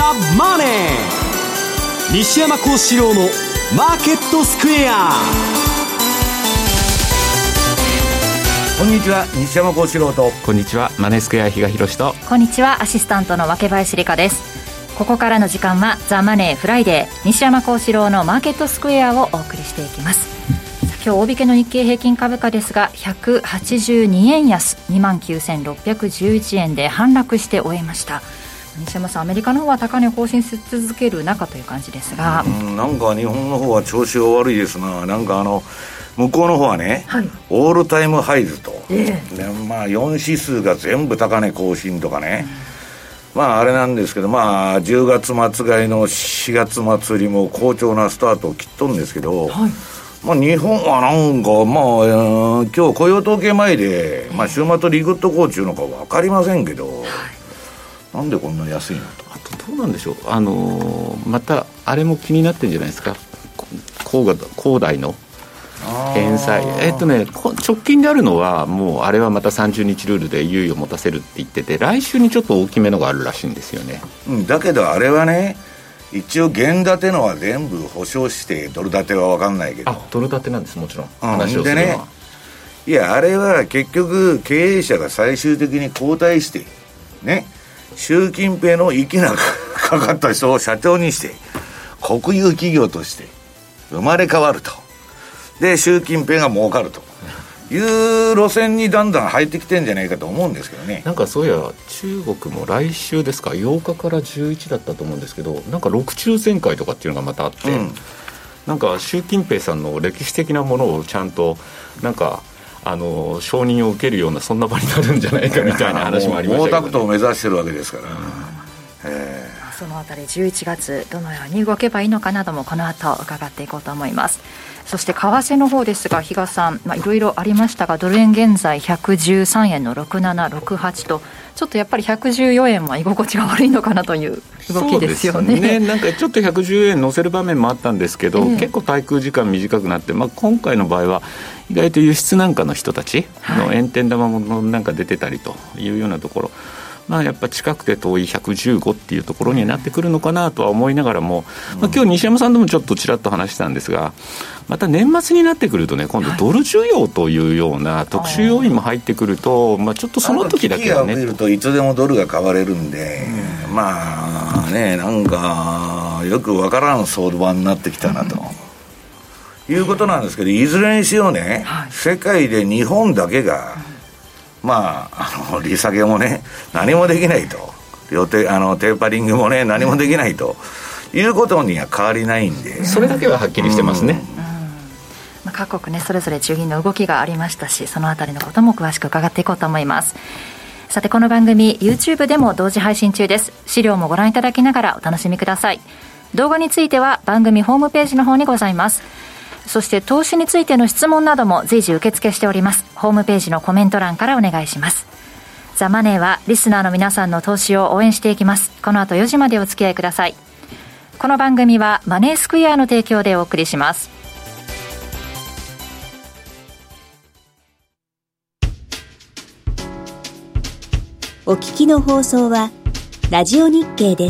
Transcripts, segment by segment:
ザ・マネー。西山孝四郎のマーケットスクエア。 こんにちは、西山孝四郎と。 こんにちは、マネースクエア比嘉宏と。 こんにちは、アシスタントの若林理香です。ここからの時間はザ・マネーフライデー、西山孝四郎のマーケットスクエアをお送りしていきます。今日大引けの日経平均株価ですが182円安 29,611 円で反落して終えました。西山さん、アメリカの方は高値を更新し続ける中という感じですが、 なんか日本の方は調子が悪いですな。なんか向こうの方はね、はい、オールタイムハイズと、4指数が全部高値更新とかね、あれなんですけど、10月末買いの4月末よりも好調なスタートを切っとるんですけど、はい、日本はなんか、今日雇用統計前で、週末リグッドコーチいうのか分かりませんけど、なんでこんなに安いのと。 あとどうなんでしょう、またあれも気になってるんじゃないですか、恒大の返済。直近であるのはもうあれはまた30日ルールで猶予を持たせるって言ってて、来週にちょっと大きめのがあるらしいんですよね。 だけどあれはね、一応元建てのは全部保証してドル建ては分かんないけど。 ドル建てなんです、もちろん。話をするのは、でね、 いやあれは結局経営者が最終的に交代してね、習近平の息がかかった人を社長にして国有企業として生まれ変わると。で習近平が儲かるという路線にだんだん入ってきてんじゃないかと思うんですけどね。 なんかそういや中国も来週ですか、8日から11だったと思うんですけど、なんか6中全会とかっていうのがまたあって、なんか習近平さんの歴史的なものをちゃんとなんか承認を受けるようなそんな場になるんじゃないかみたいな話もありましたけど、 毛沢東を目指してるわけですから、 そのあたり11月どのように動けばいいのかなどもこの後伺っていこうと思います。そして為替の方ですが、比嘉さん、いろいろありましたが、ドル円現在113円の6768と、ちょっとやっぱり114円は居心地が悪いのかなという動きですよね。 そうですね、なんかちょっと110円乗せる場面もあったんですけど、結構滞空時間短くなって、今回の場合は意外と輸出なんかの人たちの円天玉もなんか出てたりというようなところ、やっぱ近くて遠い115っていうところになってくるのかなとは思いながらも、今日西山さんともちょっとちらっと話したんですが、また年末になってくるとね、今度ドル需要というような特殊要因も入ってくると、ちょっとその時だけはね、 危機が起きるといつでもドルが買われるんで、なんかよくわからん相場になってきたなと、いうことなんですけど、いずれにしようね、世界で日本だけが利下げもね何もできないと、テーパリングもね何もできないということには変わりないんで、 それだけははっきりしてますね。 各国ねそれぞれ中銀の動きがありましたし、そのあたりのことも詳しく伺っていこうと思います。さて、この番組 YouTube でも同時配信中です。資料もご覧いただきながらお楽しみください。動画については番組ホームページの方にございます。そして投資についての質問なども随時受付しております。ホームページのコメント欄からお願いします。ザ・マネーはリスナーの皆さんの投資を応援していきます。この後4時までお付き合いください。この番組はマネースクエアの提供でお送りします。 お聞きの放送はラジオ日経です。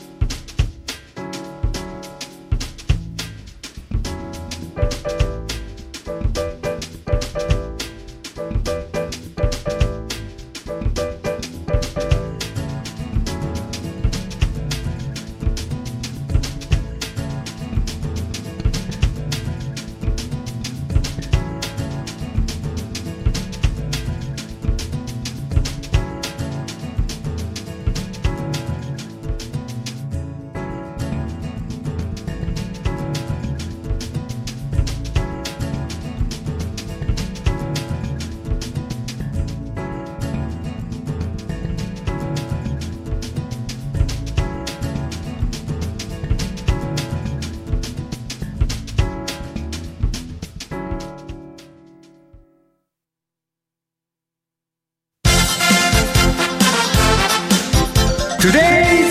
トゥ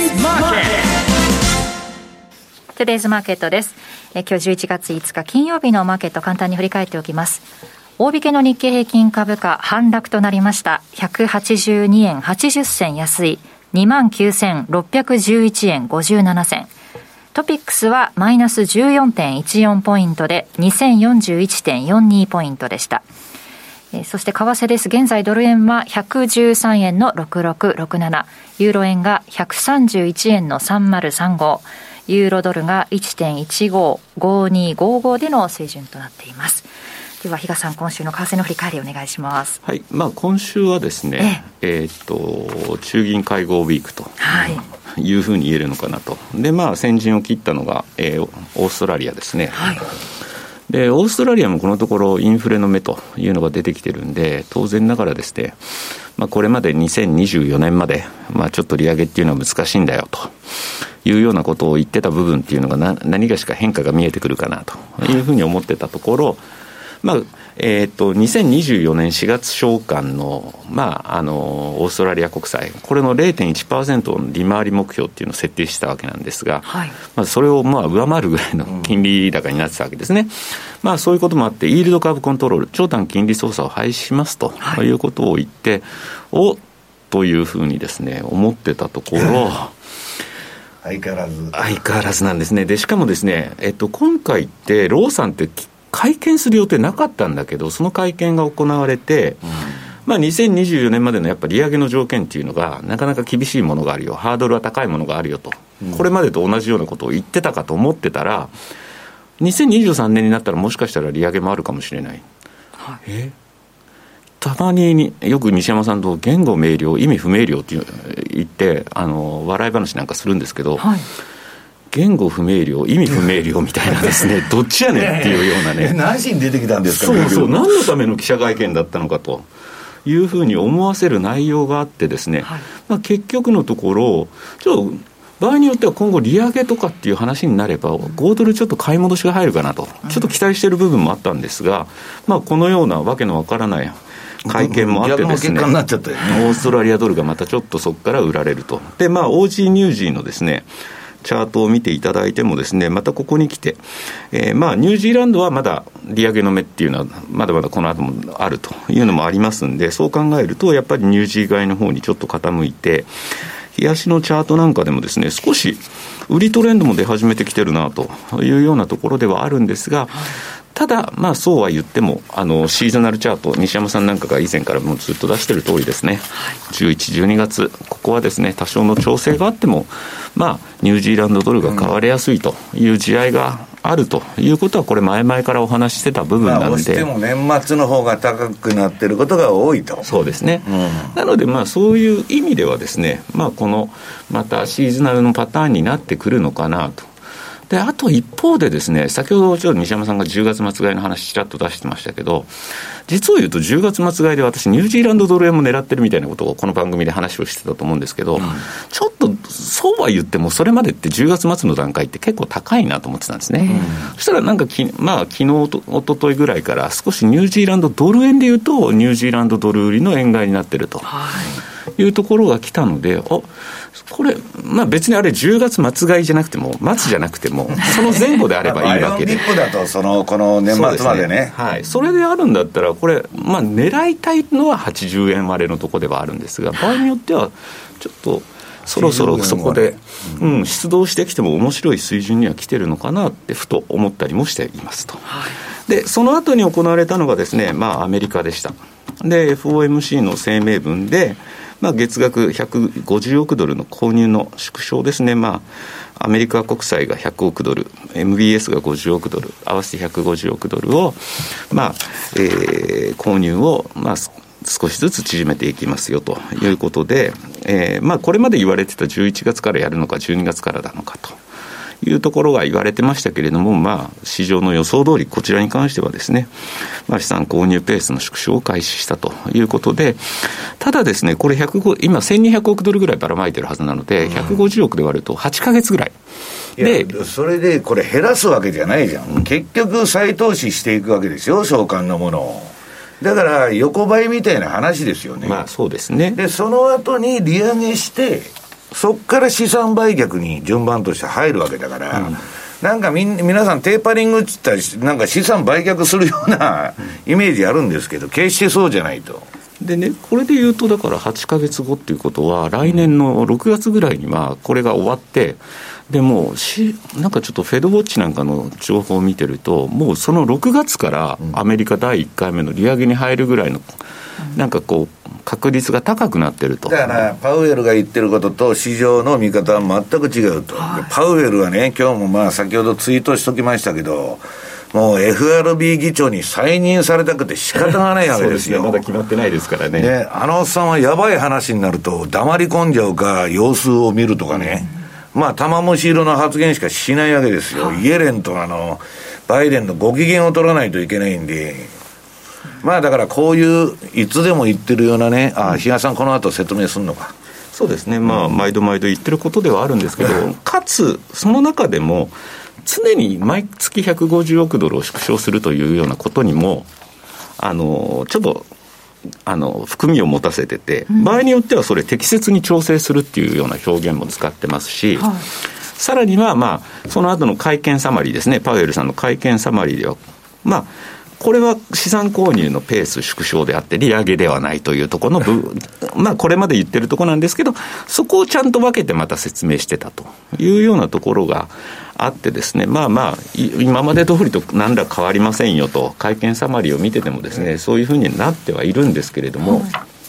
デイズマーケットです。今日11月5日金曜日のマーケット、簡単に振り返っておきます。大引けの日経平均株価反落となりました。182円80銭安い 29,611 円57銭。トピックスはマイナス 14.14 ポイントで 2041.42 ポイントでした。そして為替です。現在ドル円は113円の6667、ユーロ円が131円の3035、ユーロドルが 1.155255 での水準となっています。では比嘉さん、今週の為替の振り返りお願いします。 はい、今週はですね、中銀会合ウィークというふうに言えるのかなと。で先陣を切ったのが、オーストラリアですね。はい。でオーストラリアもこのところインフレの目というのが出てきてるんで、当然ながらですね、これまで2024年まで、ちょっと利上げっていうのは難しいんだよというようなことを言ってた部分っていうのが何がしか変化が見えてくるかなというふうに思ってたところ、2024年4月償還の、オーストラリア国債、これの 0.1% の利回り目標っていうのを設定したわけなんですが、はい、それを上回るぐらいの金利高になってたわけですね。そういうこともあって、イールドカーブコントロール、長短金利操作を廃止しますということを言って、というふうにですね、思ってたところ、 相変わらずなんですね。でしかもですね、今回ってローさんって会見する予定なかったんだけど、その会見が行われて、2024年までのやっぱり利上げの条件っていうのがなかなか厳しいものがあるよ、ハードルは高いものがあるよと、これまでと同じようなことを言ってたかと思ってたら、2023年になったらもしかしたら利上げもあるかもしれない、はい、たまによく西山さんと言語明瞭意味不明瞭って言って笑い話なんかするんですけど、はい、言語不明瞭意味不明瞭みたいなですねどっちやねんっていうようなね何しに出てきたんですか。 そう何のための記者会見だったのかというふうに思わせる内容があってですね、はい、結局のところ場合によっては今後利上げとかっていう話になれば5ドルちょっと買い戻しが入るかなとちょっと期待している部分もあったんですが、このようなわけのわからない会見もあってですね、 逆の結果になっちゃったよね。 オーストラリアドルがまたちょっとそこから売られると。でOG ニュージーのですねチャートを見ていただいてもですね、またここに来て、ニュージーランドはまだ利上げの目っていうのはまだまだこの後もあるというのもありますんで、そう考えるとやっぱりニュージー買いの方にちょっと傾いて、日足のチャートなんかでもですね少し売りトレンドも出始めてきてるなというようなところではあるんですが、ただそうは言ってもシーズナルチャート、西山さんなんかが以前からもうずっと出してる通りですね、11、12月ここはですね多少の調整があってもニュージーランドドルが買われやすいという地合いがあるということはこれ前々からお話ししてた部分なんで、 押しても年末の方が高くなってることが多いと。 そうですね、なのでそういう意味ではですね、このまたシーズナルのパターンになってくるのかなと。であと一方でですね、先ほどちょっと西山さんが10月末買いの話ちらっと出してましたけど、実を言うと10月末買いで私ニュージーランドドル円も狙ってるみたいなことをこの番組で話をしてたと思うんですけど、ちょっとそうは言ってもそれまでって10月末の段階って結構高いなと思ってたんですね、そしたら昨日おとといぐらいから少しニュージーランドドル円で言うとニュージーランドドル売りの円買いになってると、いうところが来たので、これ、別にあれ10月末買いじゃなくても末じゃなくてもその前後であればいいわけでアイロンディップだとこの年末までね、 それであるんだったらこれ、狙いたいのは80円割れのところではあるんですが、場合によってはちょっとそろそろそこで、出動してきても面白い水準には来てるのかなってふと思ったりもしていますと、でその後に行われたのがですね、アメリカでした。で FOMC の声明文で月額150億ドルの購入の縮小ですね、アメリカ国債が100億ドル MBS が50億ドル合わせて150億ドルを、購入を、少しずつ縮めていきますよということで、これまで言われてた11月からやるのか12月からなのかというところが言われてましたけれども、市場の予想通りこちらに関してはですね、資産購入ペースの縮小を開始したということで、ただですねこれ今1200億ドルぐらいばらまいてるはずなので、150億で割ると8ヶ月ぐらいで、それでこれ減らすわけじゃないじゃん、結局再投資していくわけですよ、償還のものを。だから横ばいみたいな話ですよね。 そうですね。 でその後に利上げしてそこから資産売却に順番として入るわけだから、なんか皆さんテーパリングって言ったらなんか資産売却するようなイメージあるんですけど、決してそうじゃないと。 でね、これで言うとだから8ヶ月後っていうことは来年の6月ぐらいにはこれが終わって、でもうなんかちょっとフェドウォッチなんかの情報を見てると、もうその6月からアメリカ第1回目の利上げに入るぐらいのなんかこう確率が高くなってると。 だからパウエルが言ってることと市場の見方は全く違うと、パウエルはね、今日もまあ先ほどツイートしときましたけど、もう FRB 議長に再任されたくて仕方がないわけですよ。 そうですね、まだ決まってないですからね。 で、あのおっさんはやばい話になると黙り込んじゃうか様子を見るとかね、まあ玉虫色の発言しかしないわけですよ。イエレンとバイデンのご機嫌を取らないといけないんで、まあだからこういういつでも言ってるようなね、比嘉さんこの後説明するのか。 そうですね、まあ毎度毎度言ってることではあるんですけど、かつその中でも常に毎月150億ドルを縮小するというようなことにもちょっと含みを持たせてて、場合によってはそれ適切に調整するっていうような表現も使ってますし、さらにはまあその後の会見サマリーですね、パウエルさんの会見サマリーではまあこれは資産購入のペース縮小であって利上げではないというところのまあこれまで言ってるところなんですけど、そこをちゃんと分けてまた説明してたというようなところがあってですね、まあまあ今まで通りと何ら変わりませんよと会見サマリーを見ててもですね、そういうふうになってはいるんですけれども、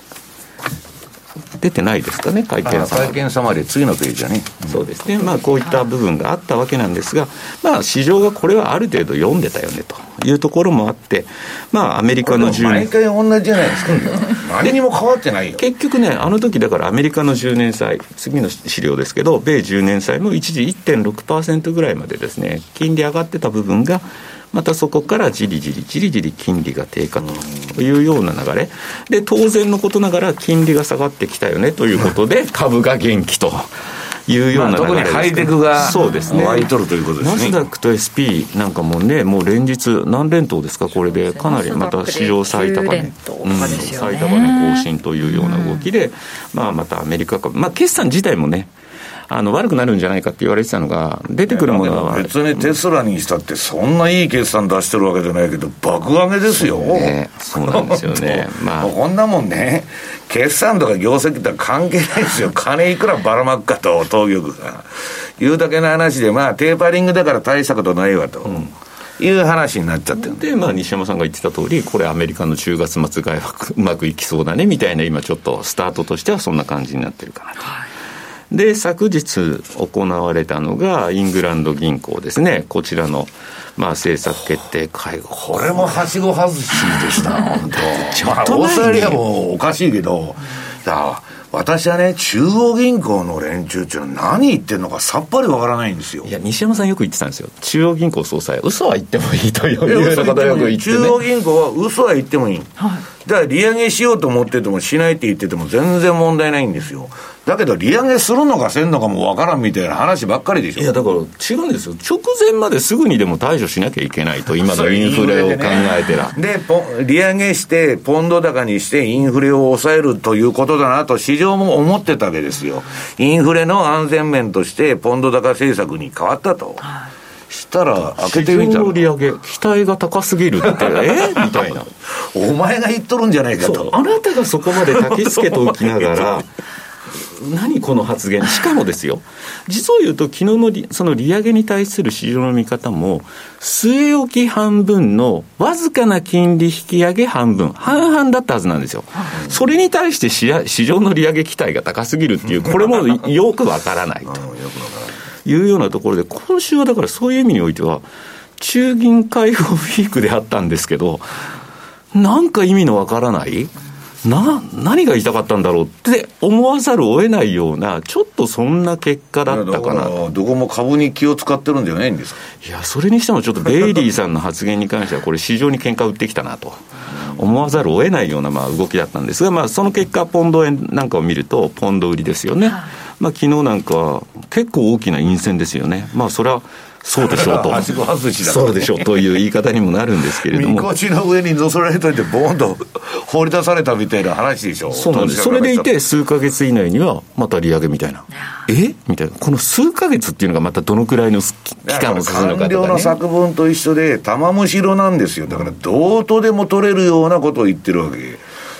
出てないですかね、会見サマリー次のページはね、 そうですね、まあこういった部分があったわけなんですが、まあ市場がこれはある程度読んでたよねというところもあって、まあアメリカの10年毎回同じじゃないですか何にも変わってないよ。 結局ね、あの時だからアメリカの10年債、次の資料ですけど、米10年債も一時 1.6% ぐらいまでですね、金利上がってた部分がまたそこからじりじり金利が低下というような流れで、当然のことながら金利が下がってきたよねということで株が元気というような流れです、 特にハイテクが湧いとるということですね。 ナスダックと SP なんかもね、もう連日何連投ですか、これでかなりまた史上最高値、最高値更新というような動きで、まあまたアメリカ株、まあ決算自体もね悪くなるんじゃないかって言われてたのが、出てくるものは別にテスラにしたってそんないい決算出してるわけじゃないけど爆上げですよ。 そうなんですよねまあ、こんなもんね、決算とか業績とは関係ないですよ。金いくらばらまくかと当局がいうだけの話で、まあテーパリングだから大したことないわと、いう話になっちゃってるで、まあ、西山さんが言ってた通り、これアメリカの10月末がうまくいきそうだねみたいな、今ちょっとスタートとしてはそんな感じになってるかなと。で、昨日行われたのがイングランド銀行ですね。こちらの、まあ、政策決定会合。 これもはしご外しでした本当。まあ、オーストラリアもおかしいけど、私はね、中央銀行の連中っていうのは何言ってるのかさっぱりわからないんですよ。 いや、西山さんよく言ってたんですよ。中央銀行総裁、嘘は言ってもいいというようなことをよく言ってね。 中央銀行は嘘は言ってもいい。だから利上げしようと思っててもしないって言ってても全然問題ないんですよ。だけど利上げするのかせんのかもわからんみたいな話ばっかりでしょ。 いやだから違うんですよ。直前まですぐにでも対処しなきゃいけないと、今のインフレを考えてらで利上げしてポンド高にしてインフレを抑えるということだなと市場も思ってたわけですよ。インフレの安全面としてポンド高政策に変わったと、したら開けてみたら市場の利上げ期待が高すぎるってみたいなお前が言っとるんじゃないかと。 あなたがそこまで焚きつけておきながら何この発言。しかもですよ、実を言うと昨日のその利上げに対する市場の見方も据え置き半分のわずかな金利引き上げ半分、半々だったはずなんですよ。それに対して市場の利上げ期待が高すぎるっていう、これもよくわからないというようなところで、今週はだからそういう意味においては中銀会合ウィークであったんですけど、なんか意味のわからない何が言いたかったんだろうって思わざるを得ないような、ちょっとそんな結果だったかな。 どこも株に気を使ってるんじゃないんですか。 いや、それにしてもちょっとベイリーさんの発言に関してはこれ市場に喧嘩売ってきたなと思わざるを得ないようなまあ動きだったんですが、まあ、その結果ポンド円なんかを見るとポンド売りですよね。まあ、昨日なんかは結構大きな陰線ですよね。まあそれはそうでしょうとそうでしょうという言い方にもなるんですけれども、 みこしの上に乗せられといてボーンと放り出されたみたいな話でしょ。 そうなんです。それでいて数ヶ月以内にはまた利上げみたいな、みたいな、この数ヶ月っていうのがまたどのくらいの期間を進むのかとかね。 官僚の作文と一緒で玉虫色なんですよ。だからどうとでも取れるようなことを言ってるわけ。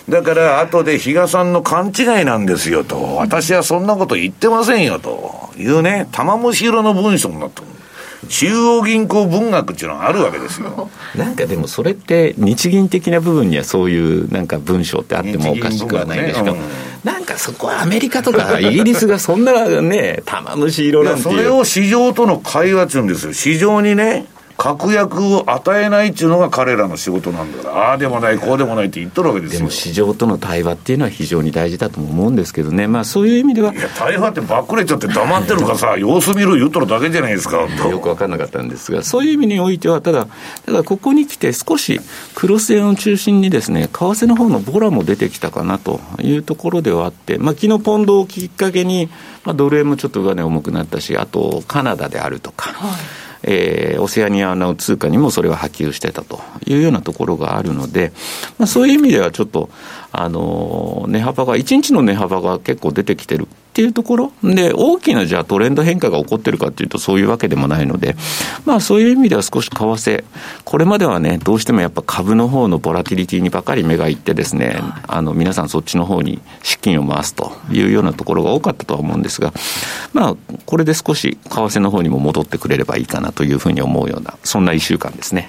だから後で比嘉さんの勘違いなんですよと、私はそんなこと言ってませんよというね、玉虫色の文章になってる。中央銀行文学っていうのがあるわけですよ。 なんかでもそれって日銀的な部分にはそういうなんか文章ってあってもおかしくはないんですけど、なんかそこはアメリカとかイギリスがそんなね玉虫色なんていう、 それを市場との会話っていうんですよ。市場にね確約を与えないっていうのが彼らの仕事なんだから、ああでもないこうでもないって言っとるわけですよ。 でも市場との対話っていうのは非常に大事だと思うんですけどね、まあそういう意味では。 いや対話ってばっくれちゃって黙ってるかさ様子見る言っとるだけじゃないですか。 よく分かんなかったんですが、そういう意味においてはただここに来て少しクロス円を中心にですね、為替の方のボラも出てきたかなというところではあって、まあ、昨日ポンドをきっかけに、まあ、ドル円もちょっと上値重くなったし、あとカナダであるとか、オセアニアの通貨にもそれは波及してたというようなところがあるので、まあ、そういう意味ではちょっと値幅が1日の値幅が結構出てきてるっていうところで、大きなじゃあトレンド変化が起こってるかっていうとそういうわけでもないので、まあそういう意味では少し為替、これまではねどうしてもやっぱ株の方のボラティリティにばかり目がいってですね、皆さんそっちの方に資金を回すというようなところが多かったとは思うんですが、まあこれで少し為替の方にも戻ってくれればいいかなというふうに思うような、そんな1週間ですね。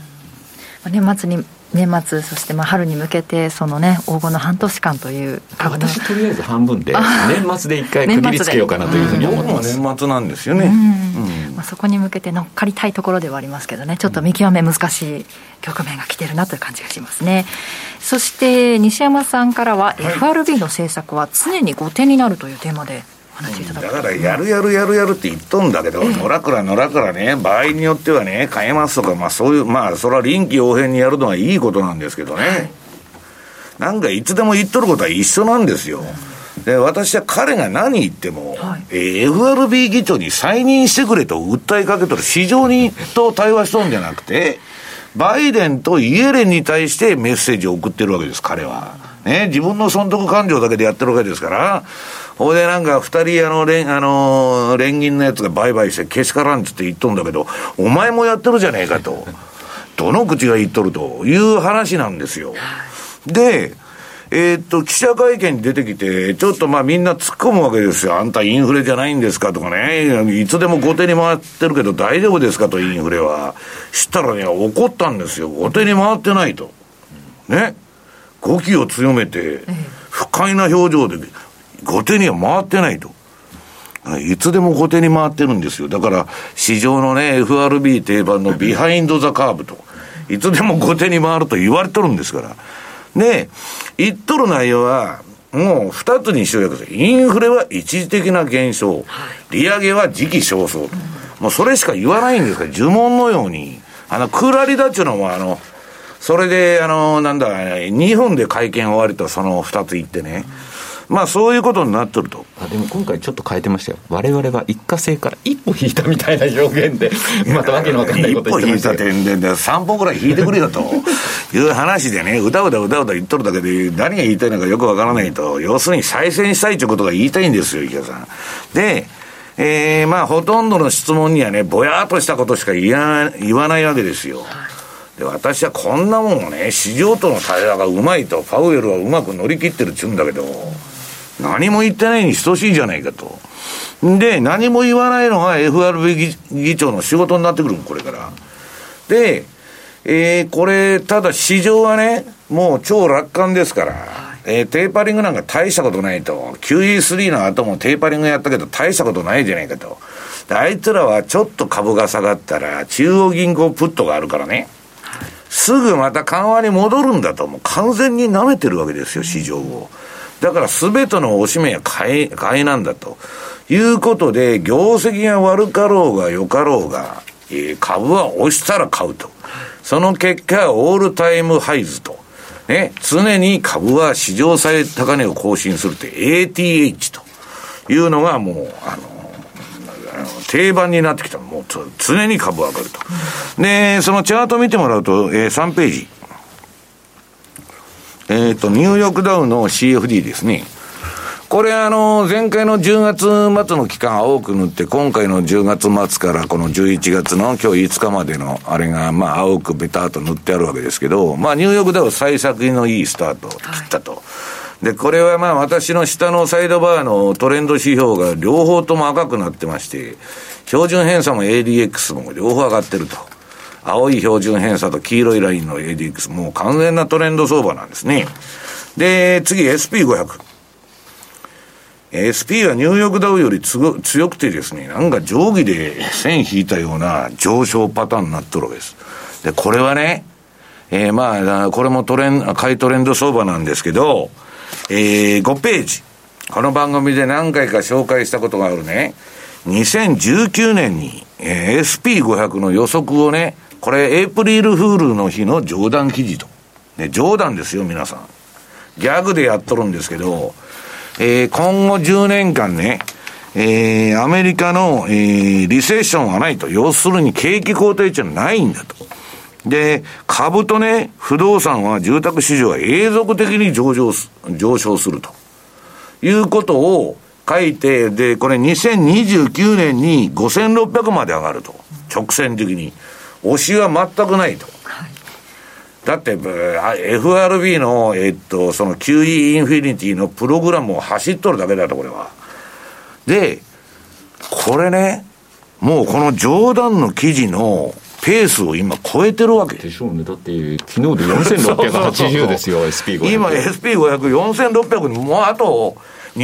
年末そしてまあ春に向けてそのね黄金の半年間という私とりあえず半分で年末で一回区切りつけようかなというふうに思ってます。 年末なんですよね。 まあ、そこに向けて乗っかりたいところではありますけどね、ちょっと見極め難しい局面が来てるなという感じがしますね。そして西山さんからは FRB の政策は常に後手になるというテーマでだからやるって言っとんだけど、のらくらね、場合によってはね変えますとか、まあそういう、まあそれは臨機応変にやるのはいいことなんですけどね、なんかいつでも言っとることは一緒なんですよ。で私は彼が何言っても、FRB 議長に再任してくれと訴えかけとる、市場にと対話しとんじゃなくてバイデンとイエレンに対してメッセージを送ってるわけです。彼はね、自分の損得感情だけでやってるわけですから。ほいでなんか二人連銀のやつが売買してけしからんつって言っとんだけど、お前もやってるじゃねえかとどの口が言っとるという話なんですよ。で記者会見に出てきてちょっとまあみんな突っ込むわけですよ。あんたインフレじゃないんですかとかね、いつでも後手に回ってるけど大丈夫ですかと、インフレは。したらね怒ったんですよ。後手に回ってないとね、語気を強めて不快な表情で後手には回ってないと。いつでも後手に回ってるんですよ。だから市場のね FRB 定番のビハインドザカーブと、いつでも後手に回ると言われとるんですから。で言っとる内容はもう二つに集約する。インフレは一時的な現象、利上げは時期尚早、もうそれしか言わないんですから、呪文のようにクーラリだっちゅうのもそれでなんだ2分で会見終わりとその二つ言ってね、まあそういうことになっとると。 でも今回ちょっと変えてましたよ。我々は一過性から一歩引いたみたいな表現でまたわけのわかんないこと言ってましたけど、 一歩引いた点で3歩ぐらい引いてくれよという話でね、うだうだ言っとるだけで何が言いたいのかよくわからないと。要するに再選したいということが言いたいんですよ、池田さんで。まあほとんどの質問にはねぼやーっとしたことしか言わないわけですよ。で私はこんなもんをね、市場との対話がうまいと、パウエルはうまく乗り切ってるっちゅうんだけど、何も言ってないに等しいじゃないかと。で何も言わないのが FRB 議長の仕事になってくるこれから。で、これただ市場はねもう超楽観ですから、テーパリングなんか大したことないと。 QE3 の後もテーパリングやったけど大したことないじゃないかと。であいつらはちょっと株が下がったら中央銀行プットがあるからね、すぐまた緩和に戻るんだと。もう完全に舐めてるわけですよ市場を。だから全てのおしめは買いなんだということで、業績が悪かろうが良かろうが、株は押したら買うと。その結果オールタイムハイズとね、常に株は史上最高値を更新するって ATH というのがもう定番になってきた。もう常に株上がると。でそのチャート見てもらうと、3ページニューヨークダウの CFD ですね。 これ前回の10月末の期間青く塗って、今回の10月末からこの11月の今日5日までのあれが、青くベターと塗ってあるわけですけど、ニューヨークダウ幸先のいいスタートを切ったと。で、これは私の下のサイドバーのトレンド指標が両方とも赤くなってまして、標準偏差も ADX も両方上がってると。青い標準偏差と黄色いラインの ADX、もう完全なトレンド相場なんですね。で、次 SP500。SP はニューヨークダウより強くてですね、なんか定規で線引いたような上昇パターンになっとるわけです。で、これはね、これも買いトレンド相場なんですけど、5ページ。この番組で何回か紹介したことがあるね。2019年に、SP500 の予測をね、これエイプリルフールの日の冗談記事と。ね、冗談ですよ、皆さん。ギャグでやっとるんですけど、今後10年間ね、アメリカの、リセッションはないと。要するに景気後退値はないんだと。で、株とね、不動産は住宅市場は永続的に上昇するということを書いて、で、これ2029年に5600まで上がると。直線的に。押しは全くないと。だって、FRB の、その QE インフィニティのプログラムを走っとるだけだと、これは。で、これね、もうこの冗談の記事のペースを今超えてるわけでしょうね。だって昨日で4680ですよ。SP500 今 SP500 4600にもうあと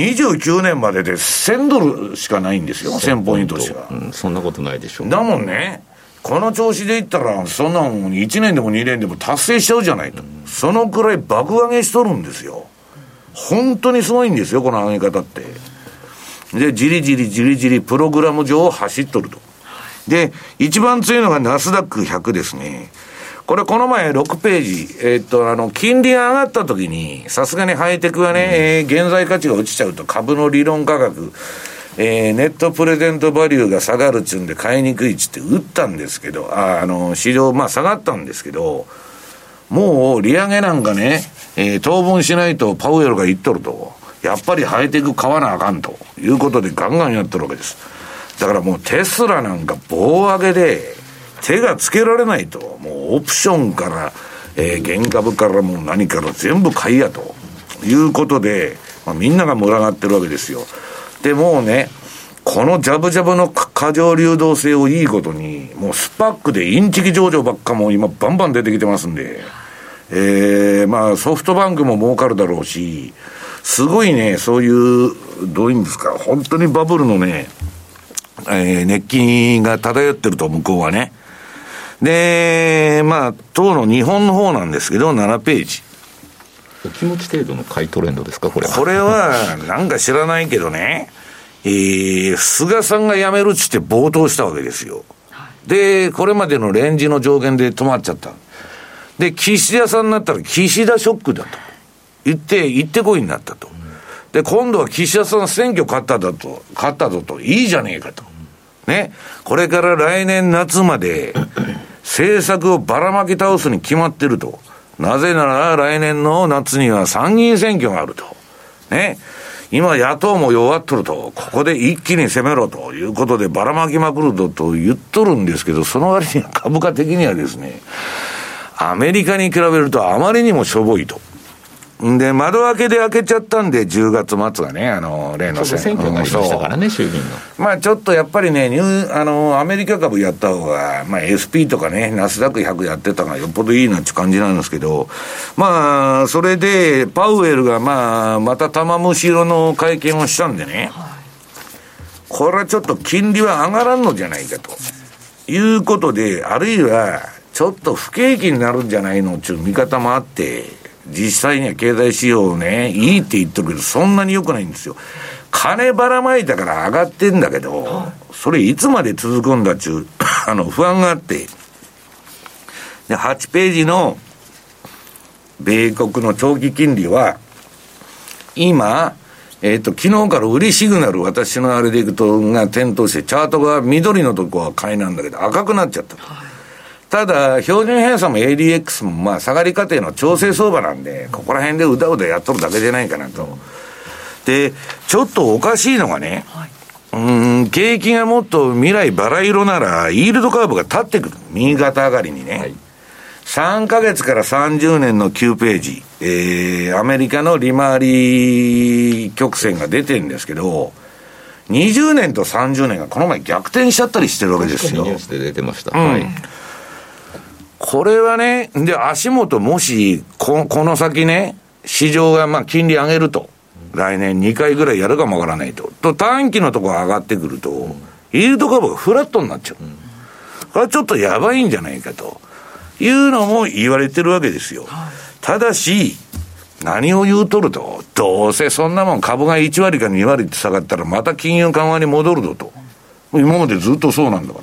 29年までで1000ドルしかないんですよ。1000ポイントしか、 そんなことないでしょう。 だもんね、この調子でいったらそんなもん1年でも2年でも達成しちゃうじゃないと、そのくらい爆上げしとるんですよ。本当にすごいんですよ、この上げ方って。で、じりじりプログラム上を走っとると。で、一番強いのがナスダック100ですね。これこの前6ページ、金利が上がった時に、さすがにハイテクはね、現在価値が落ちちゃうと株の理論価格、ネットプレゼントバリューが下がるっちゅうんで買いにくいっちって打ったんですけど、市場下がったんですけど、もう利上げなんかね、当分しないとパウエルが言っとると、やっぱりハイテク買わなあかんということでガンガンやってるわけです。だからもうテスラなんか棒上げで手がつけられないと、もうオプションから、原株からもう何から全部買いやということで、みんなが群がってるわけですよ。でもうね、このジャブジャブの過剰流動性をいいことに、もうスパックでインチキ上場ばっかも今バンバン出てきてますんで、ソフトバンクも儲かるだろうし、すごいね、そういう、どういうんですか、本当にバブルのね、熱気が漂ってると、向こうはね。で、当の日本の方なんですけど、7ページ。 お気持ち程度の買いトレンドですか、これは。 これは、なんか知らないけどね、菅さんが辞めるっつって暴騰したわけですよ。で、これまでのレンジの上限で止まっちゃった。で、岸田さんになったら岸田ショックだと。行ってこいになったと。で、今度は岸田さん選挙勝ったぞと、いいじゃねえかと。ね。これから来年夏まで、政策をばらまき倒すに決まってると。なぜなら来年の夏には参議院選挙があると。ね。今野党も弱っとると。ここで一気に攻めろということでばらまきまくると言っとるんですけど、その割には株価的にはですね、アメリカに比べるとあまりにもしょぼいと。で、窓開けで開けちゃったんで、10月末がね、例の選挙がありましたからね、衆議院の。 ちょっとやっぱりね、アメリカ株やった方が、SP とかね、ナスダック100やってた方がよっぽどいいなって感じなんですけど、それで、パウエルがまた玉虫色の会見をしたんでね、これはちょっと金利は上がらんのじゃないかということで、あるいは、ちょっと不景気になるんじゃないのっていう見方もあって、実際には経済指標ね、いいって言ってるけど、そんなに良くないんですよ。金ばらまいたから上がってんだけど、それいつまで続くんだっちゅう、不安があって。で、8ページの、米国の長期金利は、今、昨日から売りシグナル、私のあれでいくと、が点灯して、チャートが緑のとこは買いなんだけど、赤くなっちゃった。ただ、標準偏差も ADX も下がり過程の調整相場なんで、ここら辺でうだうだやっとるだけじゃないかなと。 で、ちょっとおかしいのがね、景気がもっと未来バラ色なら、イールドカーブが立ってくる。右肩上がりにね。3ヶ月から30年の9ページ、アメリカの利回り曲線が出てるんですけど、20年と30年がこの前逆転しちゃったりしてるわけですよ。 ニュースで出てました。 これはね、で、足元もし、この先ね、市場がまあ金利上げると、来年2回ぐらいやるかもわからないと。短期のところが上がってくると、イールドカーブがフラットになっちゃう。これはちょっとやばいんじゃないかというのも言われてるわけですよ。ただし、何を言うとると、どうせそんなもん株が1割か2割って下がったらまた金融緩和に戻るぞと。今までずっとそうなんだから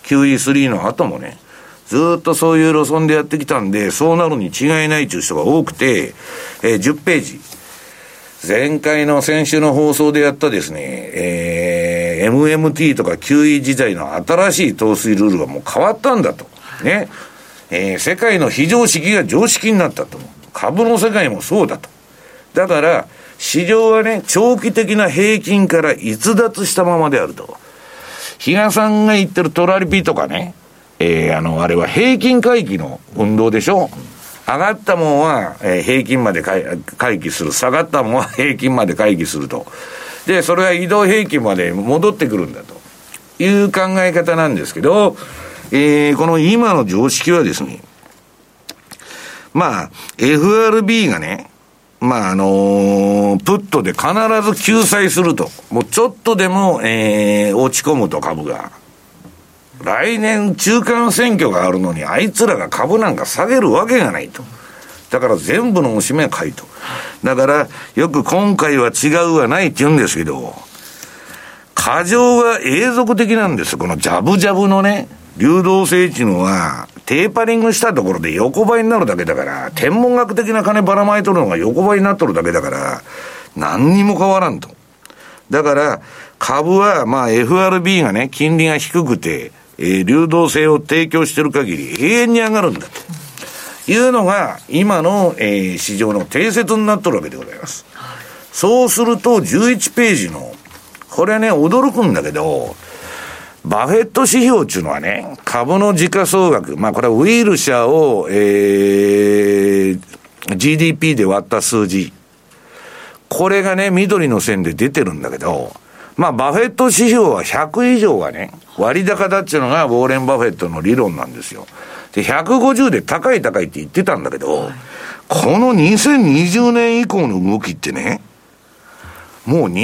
。QE3 の後もね、ずっとそういう路線でやってきたんで、そうなるに違いないという人が多くて、10ページ。前回の先週の放送でやったですね、MMT とか QE 時代の新しい投資ルールがもう変わったんだと。ね。世界の非常識が常識になったと。株の世界もそうだと。だから、市場はね、長期的な平均から逸脱したままであると。比嘉さんが言ってるトラリピとかね、あれは平均回帰の運動でしょ。上がったもんは、平均まで回帰する。下がったもんは平均まで回帰すると。で、それは移動平均まで戻ってくるんだという考え方なんですけど、この今の常識はですね、まあ、FRB がね、まあ、プットで必ず救済すると。もうちょっとでも、落ち込むと株が。来年中間選挙があるのにあいつらが株なんか下げるわけがないと。だから全部のおしめは買いと。だからよく今回は違うはないって言うんですけど、過剰が永続的なんです。このジャブジャブのね、流動性っていうのはテーパリングしたところで横ばいになるだけだから、天文学的な金ばらまいとるのが横ばいになっとるだけだから、何にも変わらんと。だから株はまあ FRB がね、金利が低くて、流動性を提供している限り永遠に上がるんだというのが今の、市場の定説になってるわけでございます。そうすると11ページのこれね、驚くんだけど、バフェット指標っていうのはね、株の時価総額、まあこれはウィルシャーを、GDP で割った数字、これがね緑の線で出てるんだけど、まあバフェット指標は100以上がね割高だっていうのがウォーレン・バフェットの理論なんですよ。で150で高いって言ってたんだけど、この2020年以降の動きってね、もう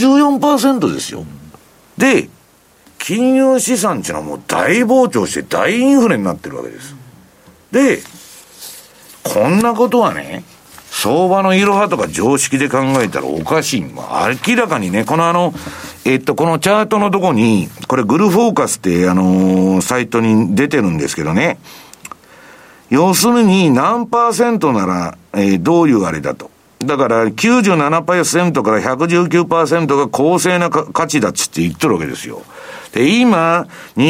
214% ですよ。で金融資産っていうのはもう大膨張して大インフレになってるわけです。でこんなことはね、相場のいろはとか常識で考えたらおかしい。まあ、明らかにね、このこのチャートのとこに、これグルフォーカスってサイトに出てるんですけどね。要するに何%なら、どういうあれだと。だから 97% から 119% が公正な価値だっつって言ってるわけですよ。で、今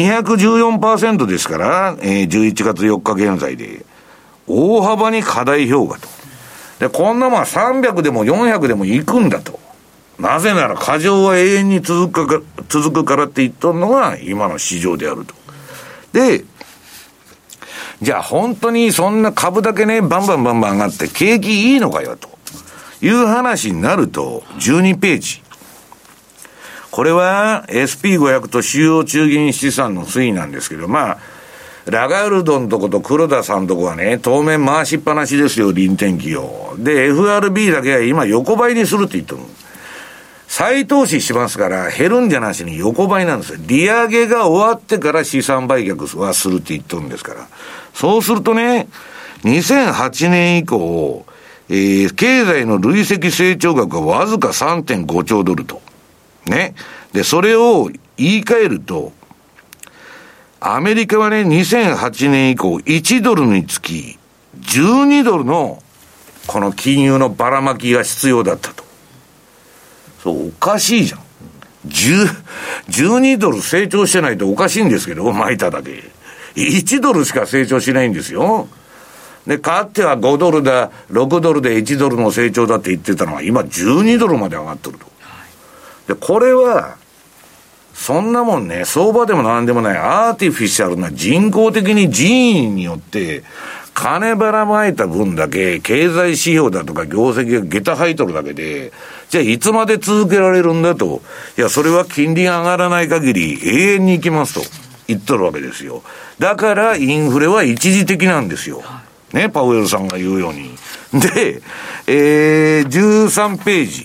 214% ですから、11月4日現在で大幅に過大評価と。で、こんなもん300でも400でも行くんだと。なぜなら過剰は永遠に続くからって言っとるのが今の市場であると。で、じゃあ本当にそんな株だけね、バンバン上がって景気いいのかよという話になると、12ページ。これは SP500 と主要中銀資産の推移なんですけど、まあ、ラガルドのとこと黒田さんのとこはね、当面回しっぱなしですよ、臨転機を。で、FRB だけは今横ばいにするって言ってる。再投資しますから減るんじゃなしに横ばいなんですよ。利上げが終わってから資産売却はするって言ってるんですから。そうするとね、2008年以降、経済の累積成長額がわずか 3.5 兆ドルと。ね。で、それを言い換えると、アメリカはね、2008年以降、1ドルにつき、12ドルの、この金融のばらまきが必要だったと。そう、おかしいじゃん。12ドル成長してないとおかしいんですけど、巻いただけ。1ドルしか成長しないんですよ。 で、かつては5ドルだ、6ドルで1ドルの成長だって言ってたのが、今12ドルまで上がってると。で、これは、そんなもんね、相場でもなんでもない、アーティフィシャルな人工的に人為によって、金ばらまいた分だけ、経済指標だとか業績が下駄吐いとるだけで、じゃあいつまで続けられるんだと。いや、それは金利が上がらない限り永遠に行きますと言っとるわけですよ。だからインフレは一時的なんですよ。ね、パウエルさんが言うように。で、13ページ。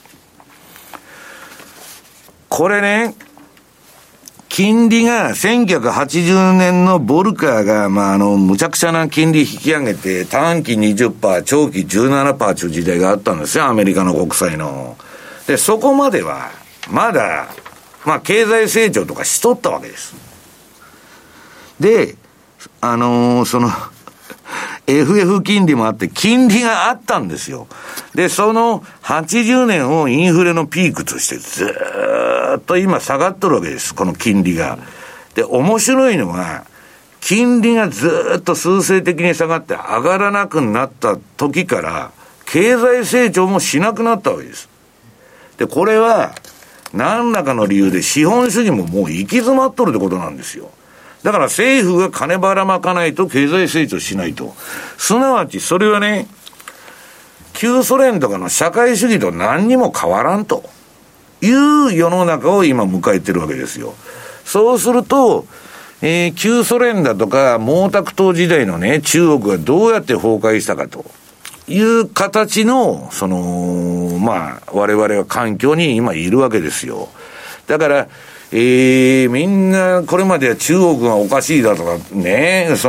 これね、金利が1980年のボルカーが、むちゃくちゃな金利引き上げて、短期 20%、長期 17% という時代があったんですよ、アメリカの国債の。で、そこまでは、まだ、経済成長とかしとったわけです。で、FF 金利もあって、金利があったんですよ。で、その80年をインフレのピークとしてずーっと今下がっとるわけです。この金利が。で、面白いのは、金利がずーっと数勢的に下がって上がらなくなった時から、経済成長もしなくなったわけです。で、これは、何らかの理由で資本主義ももう行き詰まっとるってことなんですよ。だから政府が金ばらまかないと経済成長しないと。すなわちそれはね、旧ソ連とかの社会主義と何にも変わらんという世の中を今迎えてるわけですよ。そうすると、旧ソ連だとか毛沢東時代のね、中国がどうやって崩壊したかという形の、我々は環境に今いるわけですよ。だから、みんなこれまでは中国がおかしいだとかね、国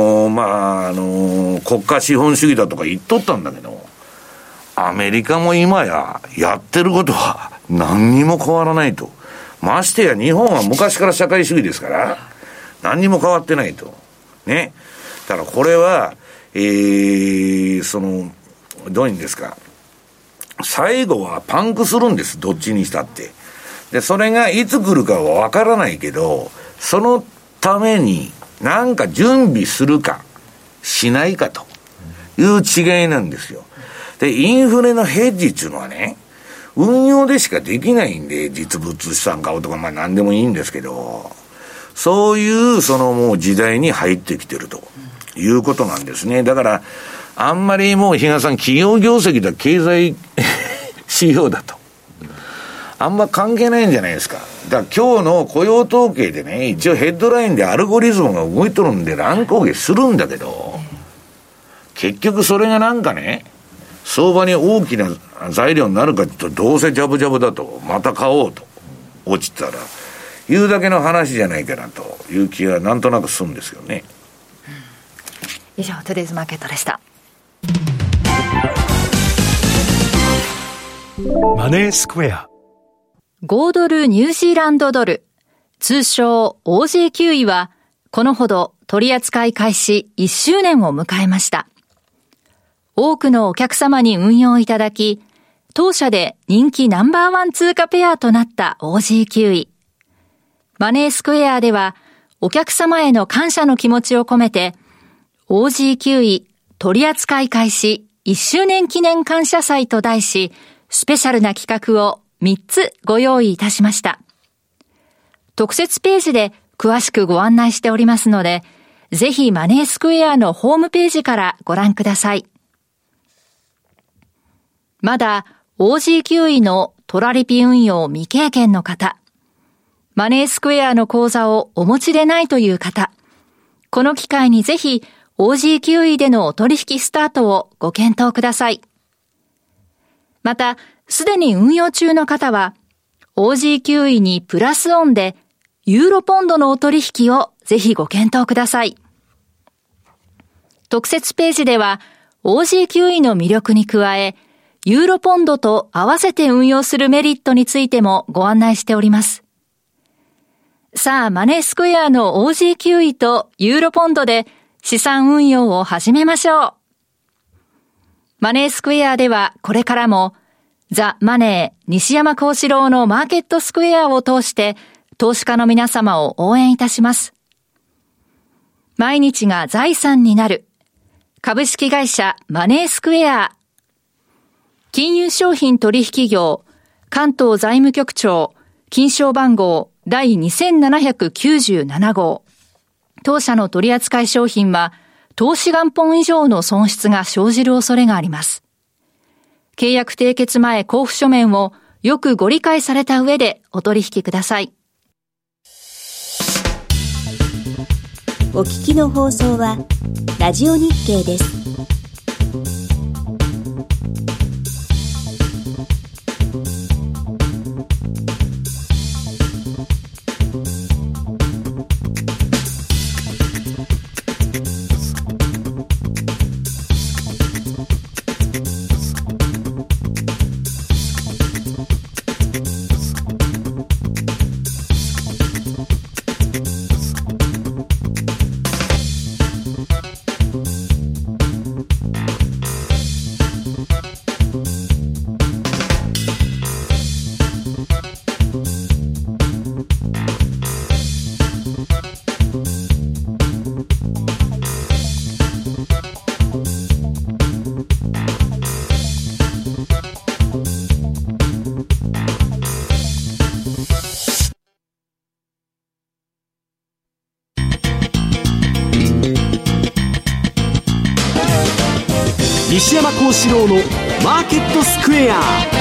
家資本主義だとか言っとったんだけど、アメリカも今やってることは何にも変わらないと。ましてや日本は昔から社会主義ですから何にも変わってないとね。だからこれはどういうんですか、最後はパンクするんです、どっちにしたって。で、それがいつ来るかはわからないけど、そのためになんか準備するかしないかという違いなんですよ。で、インフレのヘッジっていうのはね、運用でしかできないんで、実物資産買うとか何でもいいんですけど、そういうもう時代に入ってきてるということなんですね。だからあんまりもう比嘉さん、企業業績だ、経済指標だとあんま関係ないんじゃないですか。だから今日の雇用統計でね、一応ヘッドラインでアルゴリズムが動いとるんで乱高下するんだけど、結局それがなんかね、相場に大きな材料になるかって言うと、どうせジャブジャブだと、また買おうと落ちたら言うだけの話じゃないかなという気がなんとなくするんですよね。 以上、トゥデイズマーケットでした。 マネースクエア。 5ドルニュージーランドドル、通称 OG9 は、このほど取扱い開始1周年を迎えました。多くのお客様に運用いただき、当社で人気ナンバーワン通貨ペアとなった OG9。マネースクエアでは、お客様への感謝の気持ちを込めて、OG9 取扱い開始1周年記念感謝祭と題し、スペシャルな企画を3つご用意いたしました。特設ページで詳しくご案内しておりますので、ぜひマネースクエアのホームページからご覧ください。まだ OG9 のトラリピ運用未経験の方、マネースクエアの口座をお持ちでないという方、この機会にぜひ OG9 でのお取引スタートをご検討ください。また、すでに運用中の方は、OG9 にプラスオンで、ユーロポンドのお取引をぜひご検討ください。特設ページでは、OG9 の魅力に加え、ユーロポンドと合わせて運用するメリットについてもご案内しております。さあ、マネースクエアの OG9 とユーロポンドで資産運用を始めましょう。マネースクエアではこれからもザ・マネー西山幸四郎のマーケットスクエアを通して投資家の皆様を応援いたします。毎日が財産になる。 株式会社マネースクエア、金融商品取引業関東財務局長金商番号第2797号。当社の取扱商品は投資元本以上の損失が生じる恐れがあります。契約締結前交付書面をよくご理解された上でお取引ください。 お聞きの放送はラジオ日経です。 西山幸四郎のマーケットスクエア。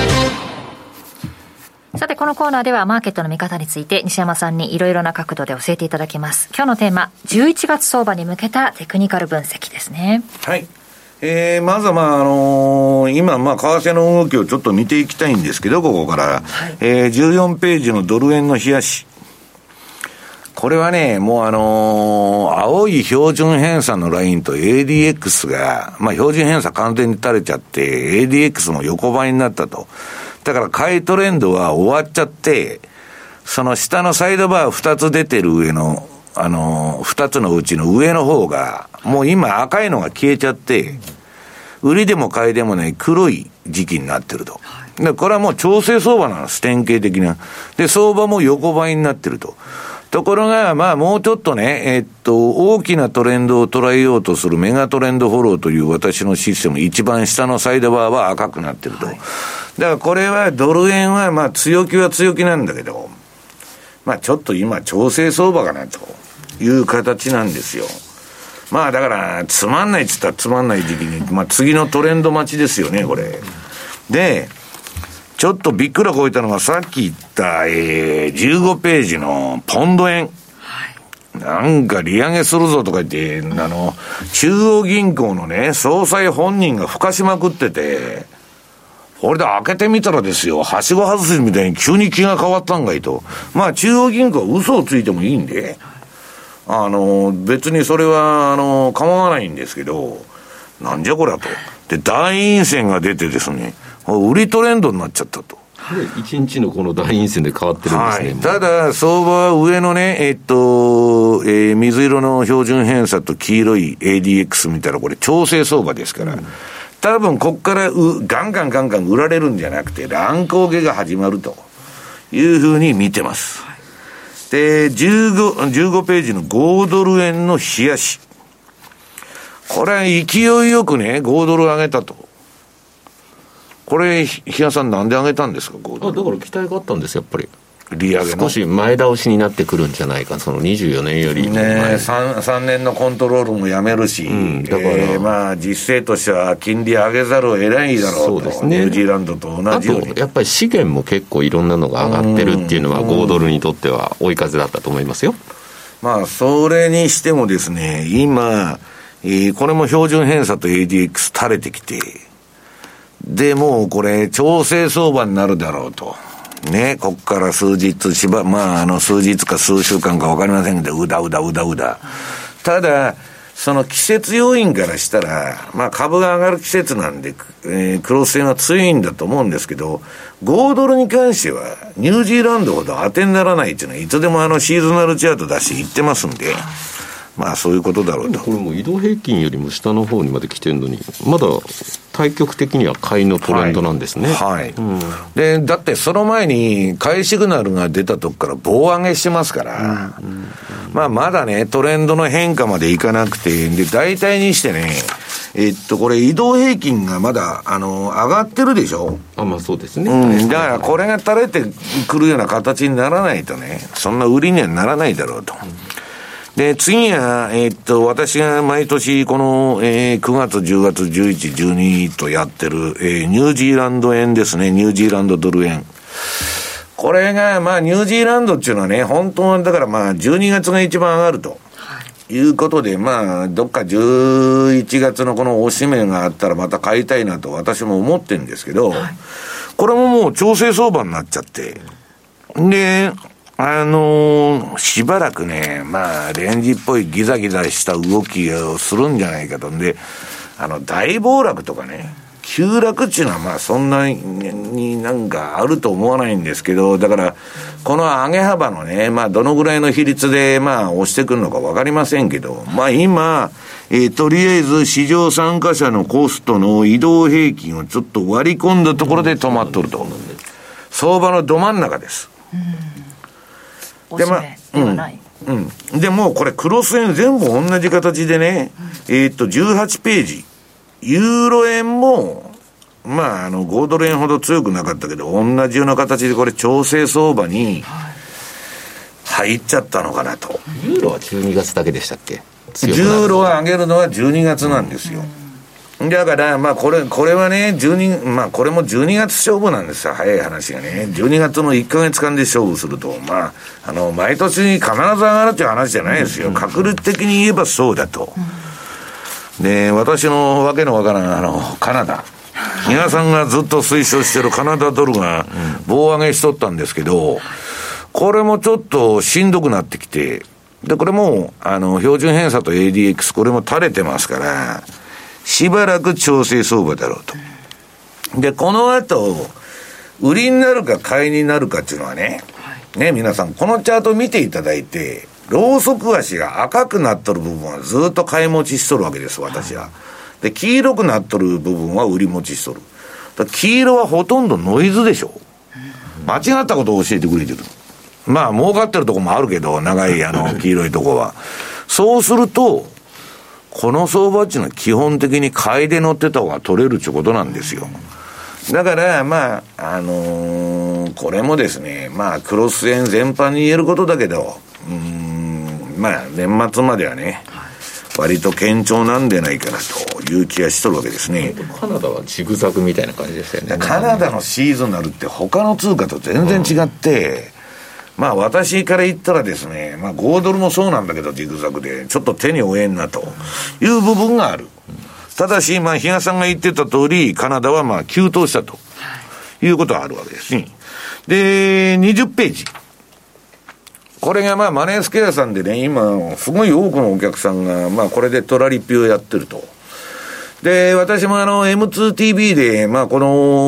さてこのコーナーではマーケットの見方について西山さんにいろいろな角度で教えていただきます。今日のテーマ、11月相場に向けたテクニカル分析ですね。 はい。まずは今為替の動きをちょっと見ていきたいんですけど、ここから、はい、14ページのドル円の冷やし。これはね、もう青い標準偏差のラインと ADX が、標準偏差完全に垂れちゃって、ADX も横ばいになったと。だから買いトレンドは終わっちゃって、その下のサイドバー2つ出てる上の、2つのうちの上の方が、もう今赤いのが消えちゃって、売りでも買いでもね、黒い時期になってると。で、これはもう調整相場なんです、典型的な。で、相場も横ばいになってると。ところが、もうちょっとね、大きなトレンドを捉えようとするメガトレンドフォローという私のシステム、一番下のサイドバーは赤くなってると。はい、だからこれはドル円は強気は強気なんだけど、ちょっと今調整相場かなという形なんですよ。だからつまんないって言ったらつまんない時期に、次のトレンド待ちですよね、これ。で、ちょっとびっくらこいたのがさっき言った、15ページのポンド円。なんか利上げするぞとか言って、中央銀行のね、総裁本人が吹かしまくってて、これで開けてみたらですよ、はしご外しみたいに急に気が変わったんがいと。中央銀行は嘘をついてもいいんで、別にそれは、構わないんですけど、なんじゃこりゃと。で、大陰線が出てですね、売りトレンドになっちゃったと。 1日のこの大陰線で変わってるんですね。 はい、ただ、相場は上のね、水色の標準偏差と黄色い ADX 見たらこれ調整相場ですから、多分こっからガンガン売られるんじゃなくて、乱高下が始まるというふうに見てます。で、15ページの5ドル円の冷やし。これは勢いよくね、5ドル上げたと。これ、日嘉さんなんで上げたんですか、5ドル。 だから期待があったんですよ、やっぱり。 利上げの。 少し前倒しになってくるんじゃないか、その24年より。 ね、3年のコントロールもやめるし、だから実勢としては金利上げざるを得ないだろうと。そうですね。ニュージーランドと同じように。 あと、やっぱり資源も結構いろんなのが上がってるっていうのは、5ドルにとっては追い風だったと思いますよ。 それにしてもですね、今、これも標準偏差と ADX 垂れてきて、で、もうこれ、調整相場になるだろうと。ね、こっから数日、数日か数週間か分かりませんけど、うだ。ただ、その季節要因からしたら、株が上がる季節なんで、クロス線は強いんだと思うんですけど、5ドルに関しては、ニュージーランドほど当てにならないっていうのは、いつでもシーズナルチャート出して言ってますんで、そういうことだろうと。 これも移動平均よりも下の方にまで来てるのに、まだ対極的には買いのトレンドなんですね。 はい。で、だってその前に買いシグナルが出たとこから棒上げしてますから、まだね、トレンドの変化までいかなくて、で、大体にしてね、 これ移動平均がまだ、上がってるでしょ。 まあそうですね。 だからこれが垂れてくるような形にならないとね、そんな売りにはならないだろうと。で、次は、私が毎年この、9月、10月、11、12とやってる、ニュージーランド円ですね。ニュージーランドドル円。これが、まあ、ニュージーランドっていうのはね、本当はだからまあ、12月が一番上がると。いうことで、まあ、どっか11月のこの押し目があったらまた買いたいなと私も思ってるんですけど、これももう調整相場になっちゃって、で、しばらくね、まあ、レンジっぽいギザギザした動きをするんじゃないかと。で、大暴落とかね、急落っていうのはまあそんなになんかあると思わないんですけど、だからこの上げ幅のね、まあどのぐらいの比率でまあ押してくるのかわかりませんけど、まあ今、とりあえず市場参加者のコストの移動平均をちょっと割り込んだところで止まっとると。相場のど真ん中です。 でまあ、ではない。 でもこれクロス円全部同じ形でね、18ページ。ユーロ円も、まあ、5ドル円ほど強くなかったけど、同じような形でこれ調整相場に入っちゃったのかなと。 ユーロは12月だけでしたっけ？ ユーロは上げるのは12月なんですよ。だから、まあ、これはね、まあ、これも12月勝負なんですよ。早い話がね。12月の1ヶ月間で勝負すると、まあ、毎年に必ず上がるっていう話じゃないですよ。確率的に言えばそうだと。で、私のわけのわからんカナダ。比嘉さんがずっと推奨してるカナダドルが棒上げしとったんですけど、これもちょっとしんどくなってきて、で、これも、標準偏差と ADX、これも垂れてますから、しばらく調整相場だろうと。で、この後、売りになるか買いになるかっていうのはね、ね、皆さん、このチャート見ていただいて、ロウソク足が赤くなっとる部分はずっと買い持ちしとるわけです、私は。で、黄色くなっとる部分は売り持ちしとる。だ黄色はほとんどノイズでしょ。間違ったことを教えてくれてる。まあ、儲かってるとこもあるけど、長い黄色いとこは。そうすると、この相場っていうのは基本的に買いで乗ってた方が取れるってことなんですよ。だから、まあ、これもですね、まあ、クロス円全般に言えることだけど、まあ、年末まではね、割と堅調なんでないかなという気がしとるわけですね。 カナダはジグザグみたいな感じでしたよね。 カナダのシーズナルって他の通貨と全然違って、まあ私から言ったらですね、まあ5ドルもそうなんだけどジグザグで、ちょっと手に負えんなという部分がある。ただし、まあ比嘉さんが言ってた通り、カナダはまあ急騰したということはあるわけですね。で、20ページ。これがまあマネースケアさんでね、今すごい多くのお客さんがまあこれでトラリピをやってると。で、私もM2TV でまあこの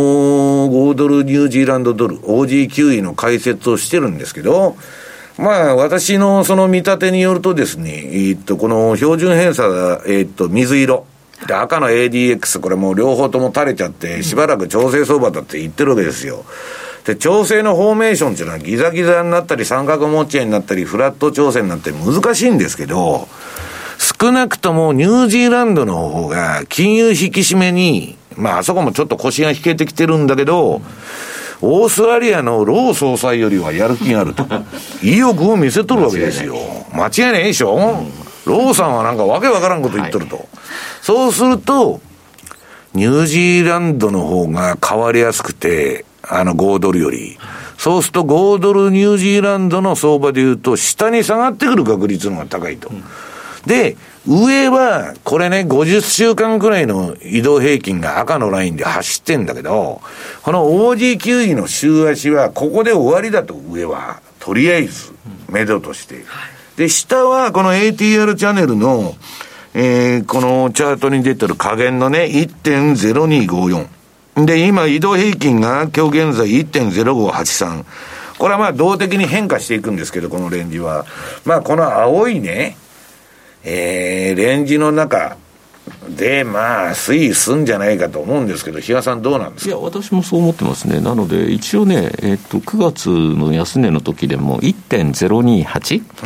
5ドルニュージーランドドル OG9 位の解説をしてるんですけど、まあ私のその見立てによるとですね、この標準偏差が水色で赤の ADX、 これもう両方とも垂れちゃってしばらく調整相場だって言ってるわけですよ。で、調整のフォーメーションっていうのはギザギザになったり三角持ち合いになったりフラット調整になったり難しいんですけど、少なくともニュージーランドの方が金融引き締めに、まああそこもちょっと腰が引けてきてるんだけど、オーストラリアのロー総裁よりはやる気があると意欲を見せとるわけですよ。間違いないでしょ。ローさんはなんかわけわからんこと言っとると、そうするとニュージーランドの方が変わりやすくて、5ドルより。そうすると5ドルニュージーランドの相場で言うと、下に下がってくる確率の方が高いと。で、上は、これね、50週間くらいの移動平均が赤のラインで走ってんだけど、この OG9 位の週足は、ここで終わりだと、上は。とりあえず、目処として。で、下は、この ATR チャンネルの、このチャートに出てる下限のね、1.0254。で、今、移動平均が今日現在 1.0583。これはまあ、動的に変化していくんですけど、このレンジは。まあ、この青いね、レンジの中で、まあ、推移すんじゃないかと思うんですけど、比嘉さんどうなんですか？ いや、私もそう思ってますね。なので、一応ね、9月の安値の時でも 1.028、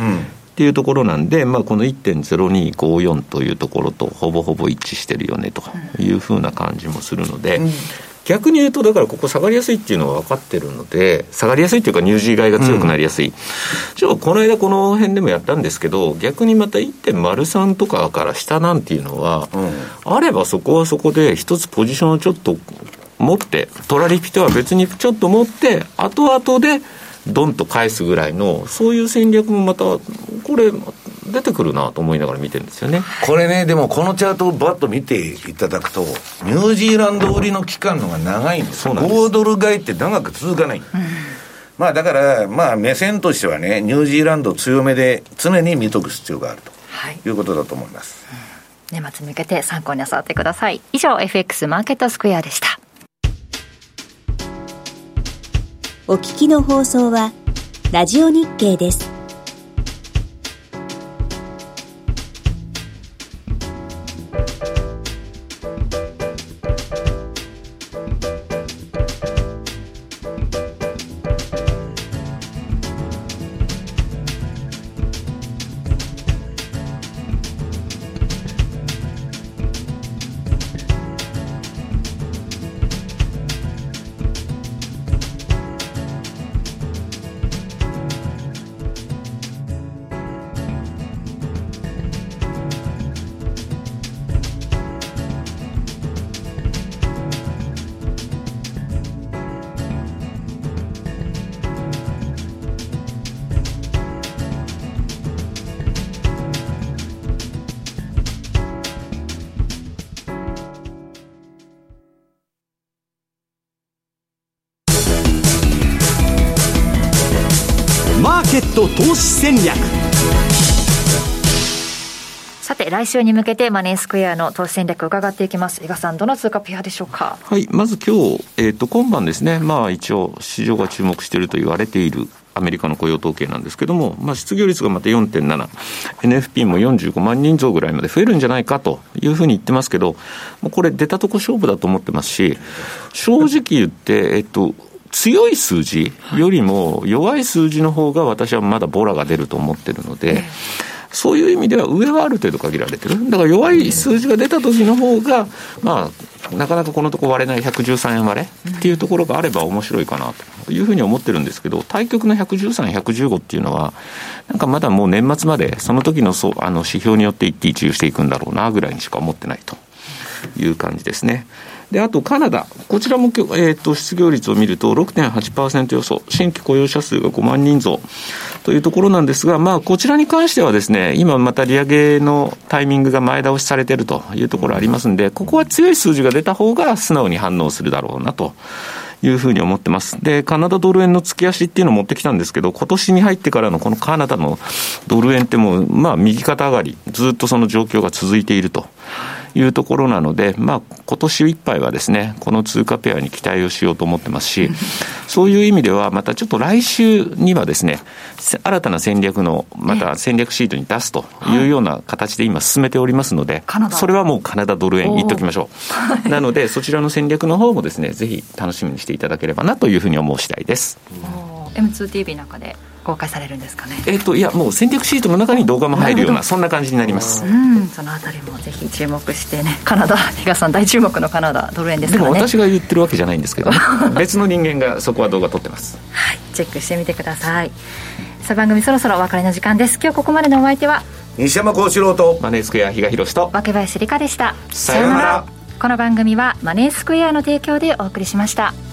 っていうところなんで、この 1.0254 というところとほぼほぼ一致してるよねというふうな感じもするので、逆に言うとだからここ下がりやすいっていうのは分かってるので、下がりやすいっていうかニュージー買いが強くなりやすい、この間この辺でもやったんですけど、逆にまた 1.03 とかから下なんていうのは、あればそこはそこで一つポジションをちょっと持って、トラリピとは別にちょっと持って後々でドンと返すぐらいの、そういう戦略もまたこれ出てくるなと思いながら見てるんですよね。 これね、でもこのチャートをバッと見ていただくと、ニュージーランド売りの期間のが長いんです。5ドル買いって長く続かない、だから目線としてはね、ニュージーランド強めで常に見とく必要があるということだと思います、 年末に向けて参考になさってください。以上 FX マーケットスクエアでした。 お聞きの放送はラジオ日経です。 マーケット投資戦略。 さて来週に向けてマネースクエアの投資戦略を伺っていきます。伊賀さん、どの通貨ペアでしょうか。 はい、まず今日、今晩ですね、一応市場が注目していると言われているアメリカの雇用統計なんですけども、失業率がまた 4.7、 NFP も45万人増ぐらいまで増えるんじゃないかというふうに言ってますけど、もうこれ出たとこ勝負だと思ってますし、正直言って強い数字よりも弱い数字の方が私はまだボラが出ると思ってるので、そういう意味では上はある程度限られてる。だから弱い数字が出た時の方がなかなかこのとこ割れない113円割れっていうところがあれば面白いかなというふうに思ってるんですけど、対局の113、115っていうのはまだもう年末までその時の指標によって一喜一憂していくんだろうなぐらいにしか思ってないという感じですね。で、あとカナダ、こちらも、失業率を見ると 6.8% 予想、新規雇用者数が5万人増というところなんですが、こちらに関してはですね、今また利上げのタイミングが前倒しされているというところありますんで、ここは強い数字が出た方が素直に反応するだろうなというふうに思ってます。で、カナダドル円の月足っていうのを持ってきたんですけど、今年に入ってからのこのカナダのドル円ってもう右肩上がり、ずっとその状況が続いているというところなので、今年いっぱいはですね、この通貨ペアに期待をしようと思ってますし、そういう意味ではまたちょっと来週にはですね、新たな戦略のまた戦略シートに出すというような形で今進めておりますので、それはもうカナダドル円言っときましょう。なのでそちらの戦略の方もですね、ぜひ楽しみにしていただければなというふうに思う次第です。 M2TV の中で公開されるんですかね。 いや、もう戦略シートの中に動画も入るようなそんな感じになります。 そのあたりもぜひ注目してね。カナダ、比嘉さん大注目のカナダドル円ですからね。 でも私が言ってるわけじゃないんですけど、別の人間がそこは動画撮ってます。 はい、チェックしてみてください。さあ、番組そろそろお別れの時間です。今日ここまでのお相手は西山幸四郎とマネースクエア比嘉宏と若林理香でした。 さようなら。 この番組はマネースクエアの提供でお送りしました。